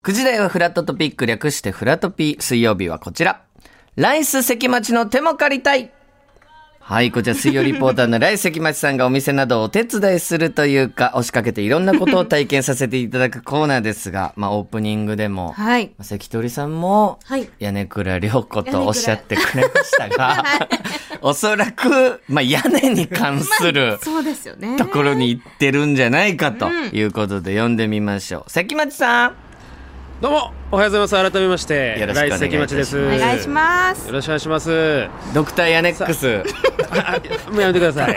9時台はフラットトピック略してフラトピ。水曜日はこちら。ライス関町の手も借りたい。はい、こちら水曜リポーターのライス関町さんがお店などをお手伝いするというか、押しかけていろんなことを体験させていただくコーナーですが、オープニングでも、はい、関取さんも、屋根倉涼子とおっしゃってくれましたが、おそらく、屋根に関する、 そうですよね。 ところに行ってるんじゃないかということで呼んでみましょう。関町さん。 どうもおはようございます。改めましてライス関町です。 お願いします。 よろしくお願いします。 ドクターヤネックスもうやめてください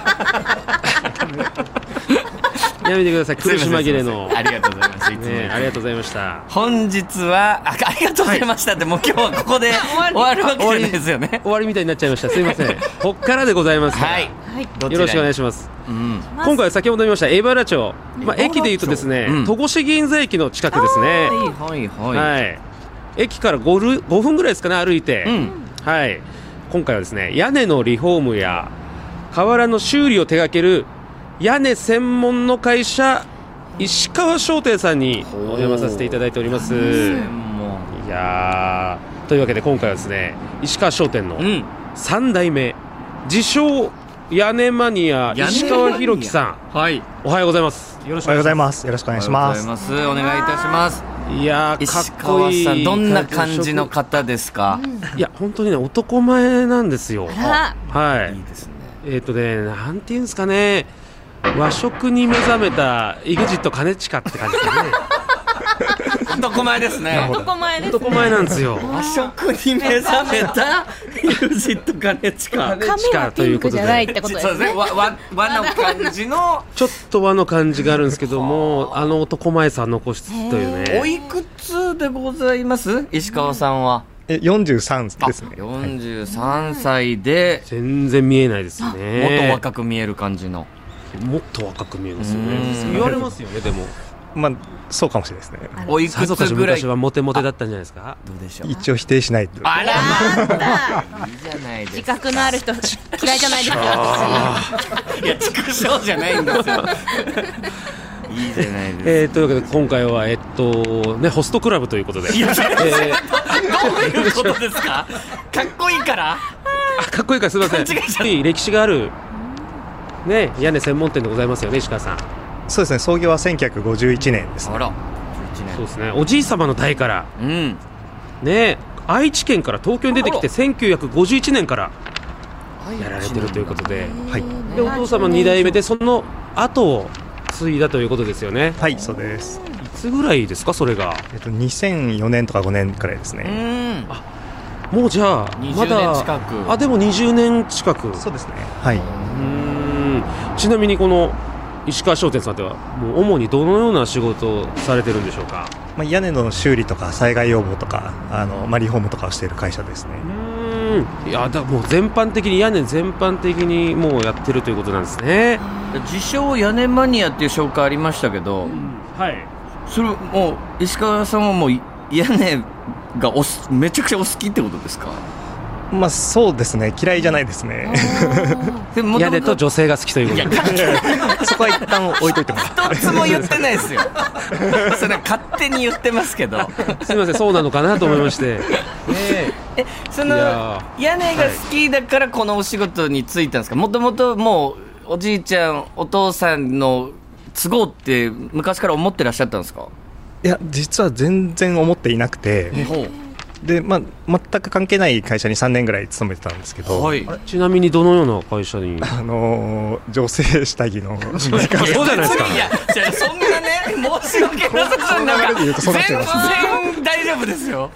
やめてください。苦し紛れのありがとうございます。いつも、 ありがとうございました。 本日はありがとうございましたって、もう今日はここで終わるわけじゃないですよね。 終わりみたいになっちゃいました。すいませんこっからでございますから、はい、よろしくお願いします。今回は先ほど言いました江原町、駅でいうとですね、戸越銀座駅の近くですね。はい、駅から5分ぐらいですかね、歩いて、はい、今回はですね、屋根のリフォームや瓦の修理を手掛ける屋根専門の会社石川商店さんにお邪魔させていただいております。いやー、というわけで今回はですね、石川商店の3代目、自称屋根マニア石川博樹さん、はい、おはようございます。 よろしくお願いします。よろしくお願いします。 お願いいたします。 いやー、かっこいい。 石川さん、どんな感じの方ですか？ いや、本当にね、男前なんですよ。はい。 いいですね。なんていうんですかね、和食に目覚めた EXIT 兼近って感じですね。 男前ですね。 男前なんですよ。 和食に目覚めた EXIT 兼近。 髪はピンクじゃないってことですね。 和の感じのちょっと和の感じがあるんですけども、男前さ残しつつというね。 おいくつでございます？石川さんは。 43ですね。 43歳で全然見えないですね。 もっと若く見える感じの。 もっと若く見えますよね。言われますよね。でもそうかもしれないですね。 おいくつぐらい？ 昔はモテモテだったんじゃないですか。 どうでしょう。 一応否定しないと。 あらー、いいじゃないですか。 自覚のある人嫌いじゃないですか。 いや、畜生じゃないんですよ。いいじゃないですか。 というわけで今回はホストクラブということで。 いや、どういうことですか？かっこいいから？ かっこいいから、すみません。いい歴史があるね、屋根専門店でございますよね、石川さん。 そうですね、創業は1951年ですね。 あら、 そうですね、おじい様の代から、ね、愛知県から東京に出てきて1951年からやられてるということで、でお父様2代目でその後を継いだということですよね。 はい、そうです。 いつぐらいですか、それが。 2004年とか5年くらいですね。 もうじゃあまだ 20年近く。 でも20年近く。 そうですね。はい。 ちなみにこの石川商店さんではもう主にどのような仕事をされてるんでしょうか？ 屋根の修理とか災害予防とかリフォームとかをしている会社ですね。 いや、もう全般的に屋根全般的にもうやってるということなんですね。 自称屋根マニアっていう紹介ありましたけど、 はい、 それもう石川さんはもう屋根がめちゃくちゃお好きってことですか？ そうですね、嫌いじゃないですね。 屋根と女性が好きということで、 そこは一旦置いといても一つも言ってないですよ。それは勝手に言ってますけど。 すみません、そうなのかなと思いまして。 その屋根が好きだからこのお仕事に就いたんですか？もともともうおじいちゃんお父さんの都合って昔から思ってらっしゃったんですか？ いや、実は全然思っていなくて、で、全く関係ない会社に3年ぐらい勤めてたんですけど、 ちなみにどのような会社に？ 女性下着のそうじゃないですか。 いや、そんなね、申し訳なさそうになんか全然大丈夫ですよ。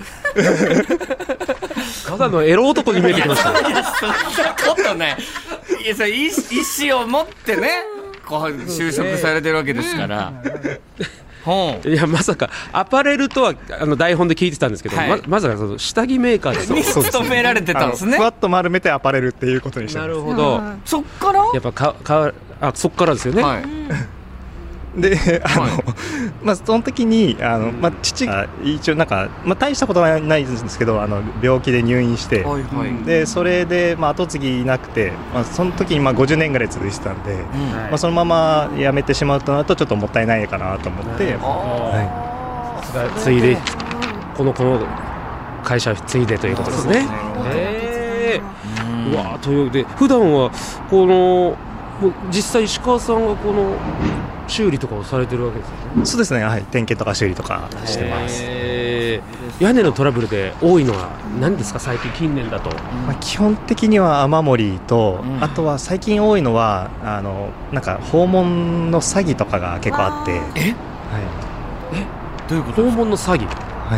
ただのエロ男に見えてきました。 いや、そんなことない。いや、それ意思を持ってね、こう就職されてるわけですから。 いや、まさかアパレルとは台本で聞いてたんですけど、まさかその下着メーカーに勤められてたんですね。 ふわっと丸めてアパレルっていうことにしてます。 なるほど。 そっからやっぱそっからですよね。 で、その時に父が一応大したことはないんですけど、病気で入院して、でそれで後継ぎいなくて、その時に50年ぐらい続いてたんで、そのまま辞めてしまうとなるとちょっともったいないかなと思って。 継いでこの会社継いでということですね。うわというわけで普段はこの実際石川さんがこの修理とかをされてるわけですよね。 そうですね、はい、点検とか修理とかしてます。 屋根のトラブルで多いのは何ですか、最近近年だと。 基本的には雨漏りと、あとは最近多いのはなんか訪問の詐欺とかが結構あって。 どういうこと？訪問の詐欺。 はい、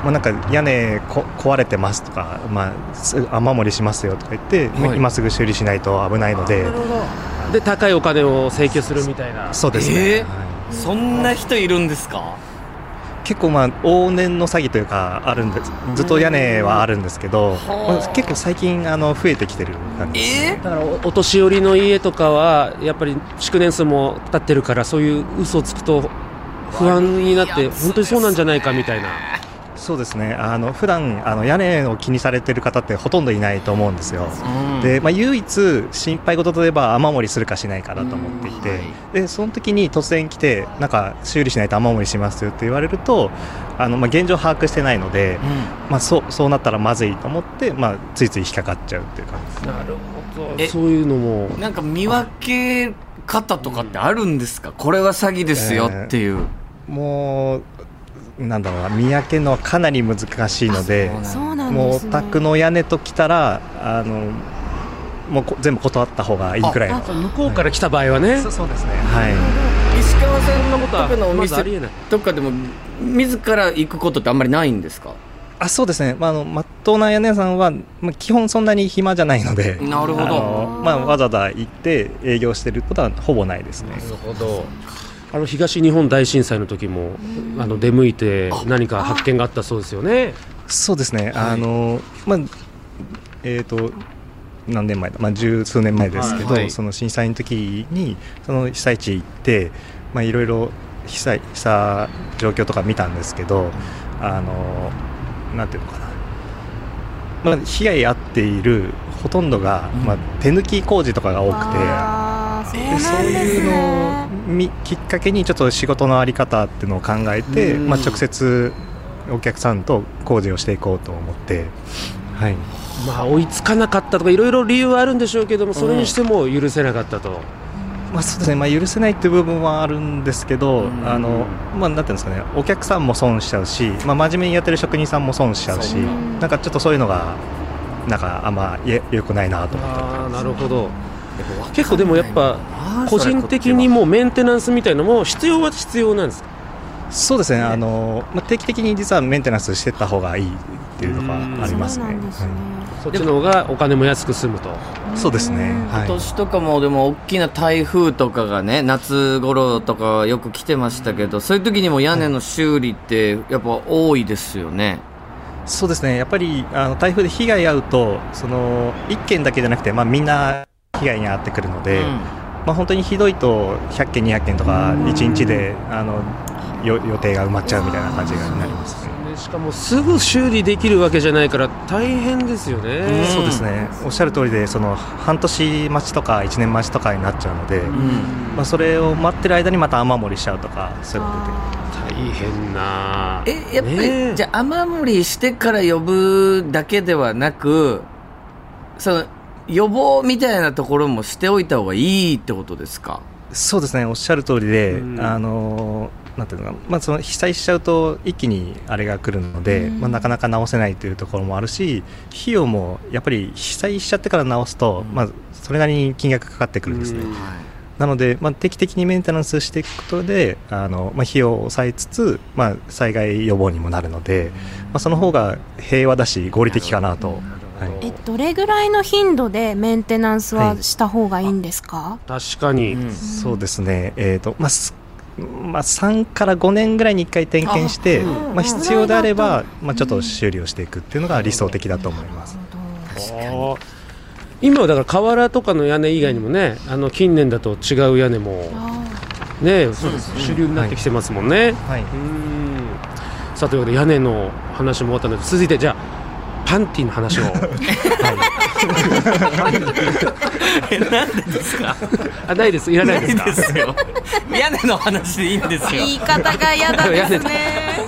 なんか屋根壊れてますとか、雨漏りしますよとか言って、今すぐ修理しないと危ないので、 で高いお金を請求するみたいな。 そうですね、 そんな人いるんですか？ 結構往年の詐欺というかあるんです。ずっと屋根はあるんですけど、結構最近増えてきてる感じですね。 だからお年寄りの家とかはやっぱり築年数も経ってるから、そういう嘘をつくと不安になって本当にそうなんじゃないかみたいな。 そうですね、普段屋根を気にされてる方ってほとんどいないと思うんですよ。で、唯一心配事といえば雨漏りするかしないかだと思っていて、でその時に突然来てなんか修理しないと雨漏りしますよって言われると現状把握してないので、そうなったらまずいと思って、ついつい引っかかっちゃうっていう感じです。 なるほど。そういうのもなんか見分け方とかってあるんですか？これは詐欺ですよっていう。 もうなんだろうな、見分けるのはかなり難しいので、もうお宅の屋根と来たらもう全部断った方がいいくらいの。 向こうから来た場合はね。 そうですね、はい。 石川さんのとかのお店とかでも自ら行くことってあんまりないんですか？ そうですね、まっとうな屋根屋さんは、基本そんなに暇じゃないので、 なるほど、 わざわざ行って営業してることはほぼないですね。 なるほど。東日本大震災の時も出向いて何か発見があったそうですよね。 そうですね、何年前だ、十数年前ですけど、その震災の時にその被災地行って、いろいろ被災した状況とか見たんですけど、なんていうのかな、被害に遭っているほとんどが、手抜き工事とかが多くて、そういうのをきっかけにちょっと仕事の在り方っていうのを考えて、直接お客さんと工事をしていこうと思って、はい、 追いつかなかったとかいろいろ理由はあるんでしょうけども、それにしても許せなかったと。 そうですね、許せないっていう部分はあるんですけど、なんていうんですかね、お客さんも損しちゃうし、真面目にやってる職人さんも損しちゃうし、なんかちょっとそういうのがなんかあんま良くないなと思った。 なるほど。結構でもやっぱ個人的にもメンテナンスみたいなのも必要は必要なんですか？ そうですね、定期的に実はメンテナンスしていった方がいいっていうのがありますね。 そっちの方がお金も安く済むと。 そうですね、 今年とかもでも大きな台風とかがね、夏頃とかよく来てましたけど、そういう時にも屋根の修理ってやっぱ多いですよね。 そうですね、やっぱり台風で被害遭うと1件だけじゃなくて、みんな被害に遭ってくるので、本当にひどいと100件200件とか1日で予定が埋まっちゃうみたいな感じになりますね。 しかもすぐ修理できるわけじゃないから大変ですよね。 そうですね、おっしゃる通りで、半年待ちとか1年待ちとかになっちゃうので、それを待ってる間にまた雨漏りしちゃうとか、そういうことで大変な。 やっぱり、じゃあ雨漏りしてから呼ぶだけではなく、予防みたいなところもしておいた方がいいってことですか？ そうですね、おっしゃる通りで、なんていうのかな、被災しちゃうと一気にあれが来るので、なかなか直せないというところもあるし、費用もやっぱり被災しちゃってから直すと、それなりに金額かかってくるんですね。なので、定期的にメンテナンスしていくことで費用を抑えつつ、災害予防にもなるので、その方が平和だし合理的かなと。 どれぐらいの頻度でメンテナンスはした方がいいんですか？ 確かに、 そうですね、3から5年ぐらいに1回点検して、必要であれば、ちょっと修理をしていくっていうのが理想的だと思います。 今はだから瓦とかの屋根以外にもね、近年だと違う屋根もね、主流になってきてますもんね。さあ、ということで屋根の話も終わったので、続いてじゃあパンティの話を。 なんでですか？ ないです、いらないですか？ いいですよ。屋根の話でいいんですよ。 言い方が嫌だですね。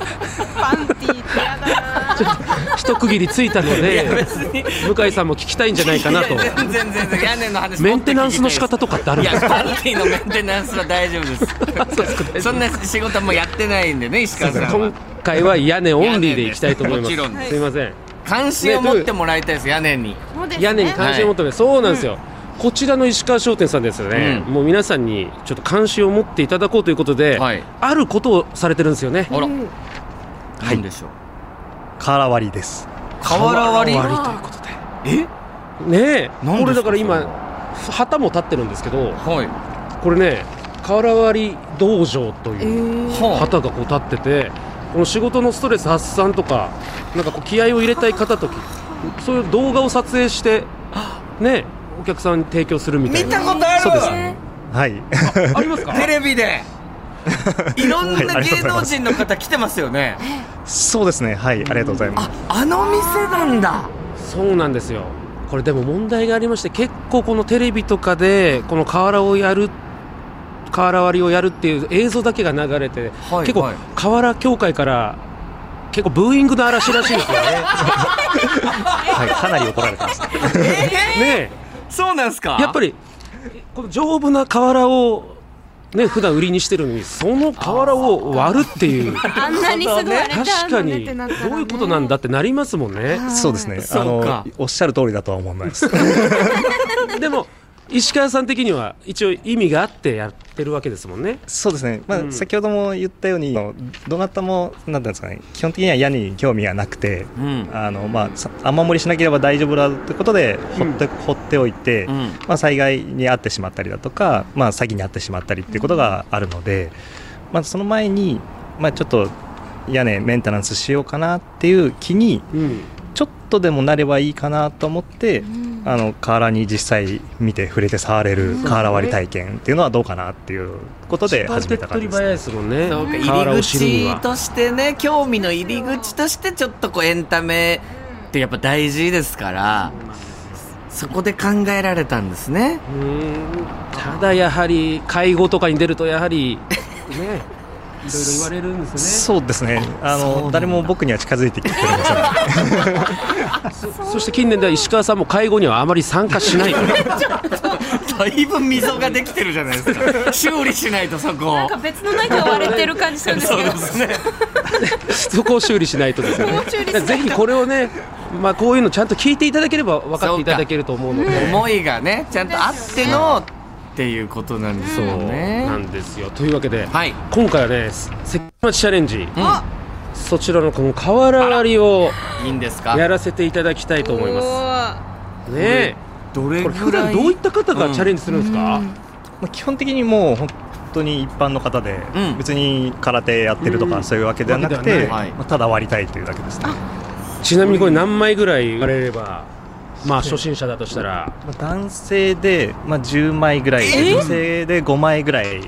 パンティーってやだな。 ちょっと一区切りついたので向井さんも聞きたいんじゃないかなと。 全然屋根の話メンテナンスの仕方とかってあるんですか？ パンティーのメンテナンスは大丈夫ですそんな仕事もやってないんでね、石川さんは。 今回は屋根オンリーでいきたいと思います。 もちろんです。 すいません、 関心を持ってもらいたいです、屋根に。 屋根に関心を持って、そうなんですよ、こちらの石川商店さんですよね、もう皆さんにちょっと関心を持っていただこうということで、あることをされてるんですよね。 あら、何でしょう。 瓦割りです。 瓦割りということで、ねえ、これだから今旗も立ってるんですけど、これね、瓦割り道場という旗がこう立ってて、この仕事のストレス発散とか、なんかこう気合を入れたい方とき、そういう動画を撮影してね、お客さんに提供するみたいな。 見たことある。 そうですね。 はい。 ありますか？ テレビでいろんな芸能人の方来てますよね。 そうですね、はい、ありがとうございます。 あの店なんだ。 そうなんですよ。これでも問題がありまして、結構このテレビとかでこの瓦割りをやるっていう映像だけが流れて、結構瓦協会から結構ブーイングの嵐らしいですよね。 はい、かなり怒られてますね。 ね、 そうなんですか。 やっぱりこの丈夫な瓦をね、普段売りにしてるのに、その瓦を割るっていう、 あんなにすごい確かにどういうことなんだってなりますもんね。 そうですね、おっしゃる通りだとは思います。 でも石川さん的には一応意味があってやってるわけですもんね。 そうですね、先ほども言ったように、どなたもなんていうんですかね、基本的には屋根に興味がなくて、雨漏りしなければ大丈夫だということで放っておいて、災害に遭ってしまったりだとか、詐欺に遭ってしまったりっていうことがあるので、その前に、ちょっと屋根メンテナンスしようかなっていう気に、ちょっとでもなればいいかなと思って、瓦に実際見て触れて触れる瓦割り体験っていうのはどうかなっていうことで始めた感じですね。 手っ取り早いですもんね。 そうか、入り口としてね、興味の入り口としてちょっとこうエンタメってやっぱ大事ですから、そこで考えられたんですね。 ただやはり介護とかに出るとやはりね、いろいろ言われるんですね。 そうですね、誰も僕には近づいてきてくれません。 そして近年では石川さんも介護にはあまり参加しないだいぶ溝ができてるじゃないですか。修理しないと。そこなんか別の何か割れてる感じするんですけど。そうですね。 そこを修理しないとですよね。ぜひこれをね、こういうのちゃんと聞いていただければ分かっていただけると思うので、 思いがねちゃんとあってのっていうことなんですよね。 そうなんですよ。というわけで、今回はね、関町チャレンジ、そちらのこの瓦割りをいいんですか、 やらせていただきたいと思いますね。え、 どれぐらい、 これ普段どういった方がチャレンジするんですか？ 基本的にもう本当に一般の方で、別に空手やってるとかそういうわけではなくて、ただ割りたいというだけですね。 ちなみにこれ何枚ぐらい割れれば、初心者だとしたら、 男性で10枚ぐらい、女性で5枚ぐらいが。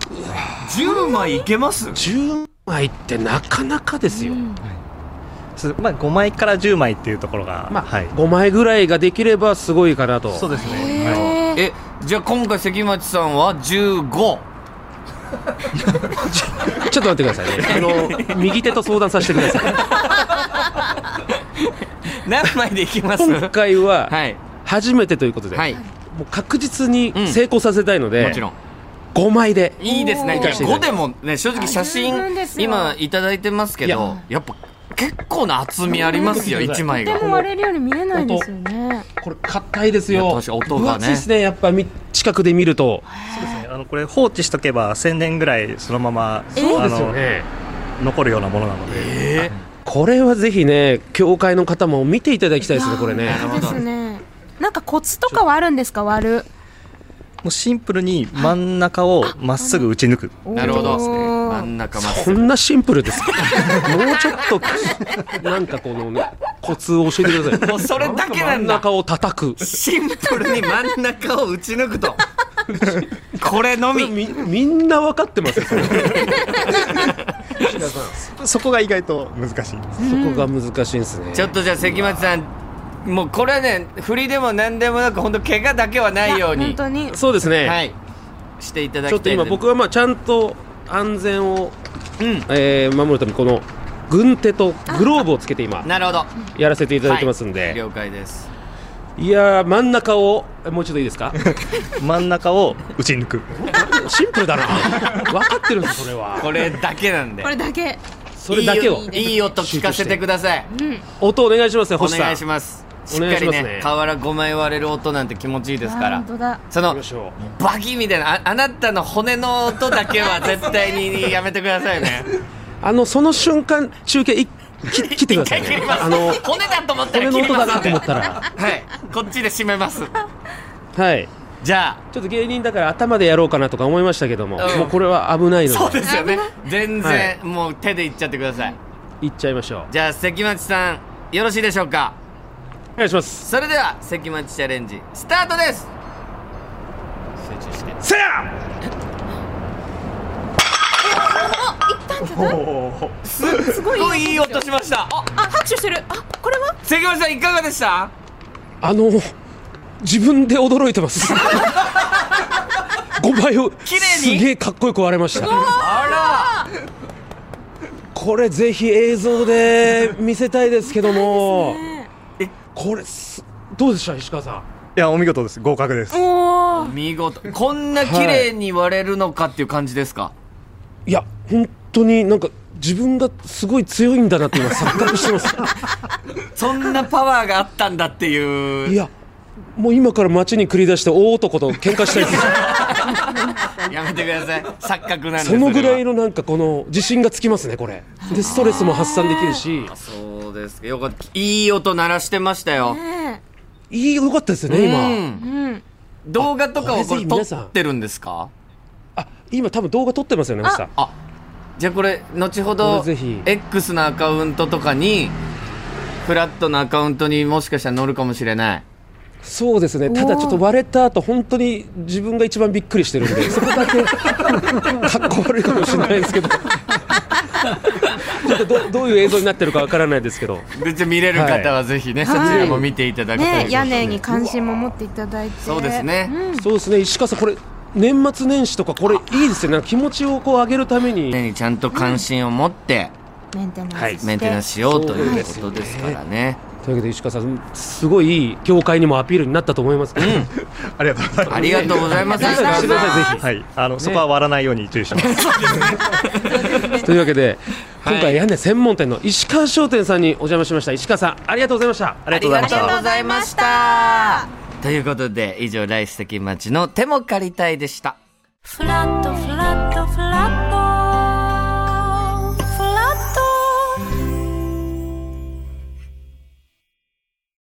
10枚いけます？ 10枚ってなかなかですよ。 5枚から10枚っていうところが、 5枚ぐらいができればすごいかなと。 そうですね。 じゃあ今回関町さんは15。 ちょっと待ってくださいね。右手と相談させてください。 何枚でいきます？ 今回は初めてということで、もう確実に成功させたいので、 もちろん 5枚でいいですね。5でもね、正直写真今いただいてますけど、やっぱ結構な厚みありますよ、1枚が。 でも割れるように見えないですよね。 これ硬いですよ。 確か音がね、 分厚いですね、やっぱ近くで見ると。 そうですね、これ放置しとけば1000年ぐらいそのまま残るようなものなので、 これはぜひね、教会の方も見ていただきたいですね、これね。 ですね。なんかコツとかはあるんですか？割る。 もうシンプルに真ん中をまっすぐ打ち抜く。 なるほど。真ん中まっすぐ。 そんなシンプルですか？もうちょっとなんかこのね、コツを教えてください。 もうそれだけなんだ。 真ん中を叩く。 シンプルに真ん中を打ち抜くと。これのみ。 みんな分かってますよ。 そこが意外と難しいです。 そこが難しいんですね。 ちょっとじゃあ関町さん、もうこれはね、振りでも何でもなく本当怪我だけはないように、 本当にそうですね、 していただきたい。 ちょっと今僕はちゃんと安全を、守るためにこの軍手とグローブをつけて今なるほどやらせていただいてますんで、 はい、了解です。 いや真ん中をもう一度いいですか真ん中を打ち抜くシンプルだな分かってるんです。それはこれだけなんで、 これだけ、 それだけをいい音聞かせてください。 音お願いしますよ、星さん。 お願いします。しっかりね、瓦5枚割れる音なんて気持ちいいですから。そのバキみたいな あなたの骨の音だけは絶対にやめてくださいねその瞬間中継切ってくださいね。 骨だと思ったら骨の音だなと思ったらはいこっちで締めますはい。 じゃあちょっと芸人だから頭でやろうかなとか思いましたけども、もうこれは危ないので。 そうですよね、全然、もう手でいっちゃってください。 いっちゃいましょう。 じゃあ関町さんよろしいでしょうか。 お願いします。 それでは関町チャレンジスタートです。集中してせやいったんじゃない？すごいいい音しました。 拍手してる。これは関町さんいかがでした？ 自分で驚いてます5倍を綺麗にすげえかっこよく割れました。 あらこれぜひ映像で見せたいですけどもこれどうでした、石川さん。 いやお見事です。合格です。 お見事。こんな綺麗に割れるのかっていう感じですか？ いや本当になんか自分がすごい強いんだなって今錯覚してますそんなパワーがあったんだっていう。 いやもう今から街に繰り出して大男と喧嘩したいですやめてください、錯覚なんで。 そのぐらいのなんかこの自信がつきますねこれで。ストレスも発散できるし。 そうですよかった。いい音鳴らしてましたよ。 よかったですよね今。 動画とかをこれ撮ってるんですか？ 今多分動画撮ってますよね。 じゃあこれ後ほど X のアカウントとかにフラットのアカウントにもしかしたら載るかもしれない。 そうですね。ただちょっと割れた後本当に自分が一番びっくりしてるんでそこだけかっこ悪いかもしれないですけどちょっと どういう映像になってるかわからないですけど、 見れる方はぜひね、そちらも見ていただきたい。 屋根に関心も持っていただいて。 そうですね、 そうですね。石川さんこれ年末年始とかこれいいですよね。気持ちをこう上げるためにちゃんと関心を持ってメンテナンスしようということですからね。 というわけで石川さんすごいいい業界にもアピールになったと思います、 ありがとうございます。 ありがとうございます。石川さんぜひ、はい、そこは割らないように注意しますというわけで今回屋根専門店の石川商店さんにお邪魔しました。石川さんありがとうございました。 ありがとうございました。ということで以上ライス関町の手も借りたいでした。 フラットフラットフラット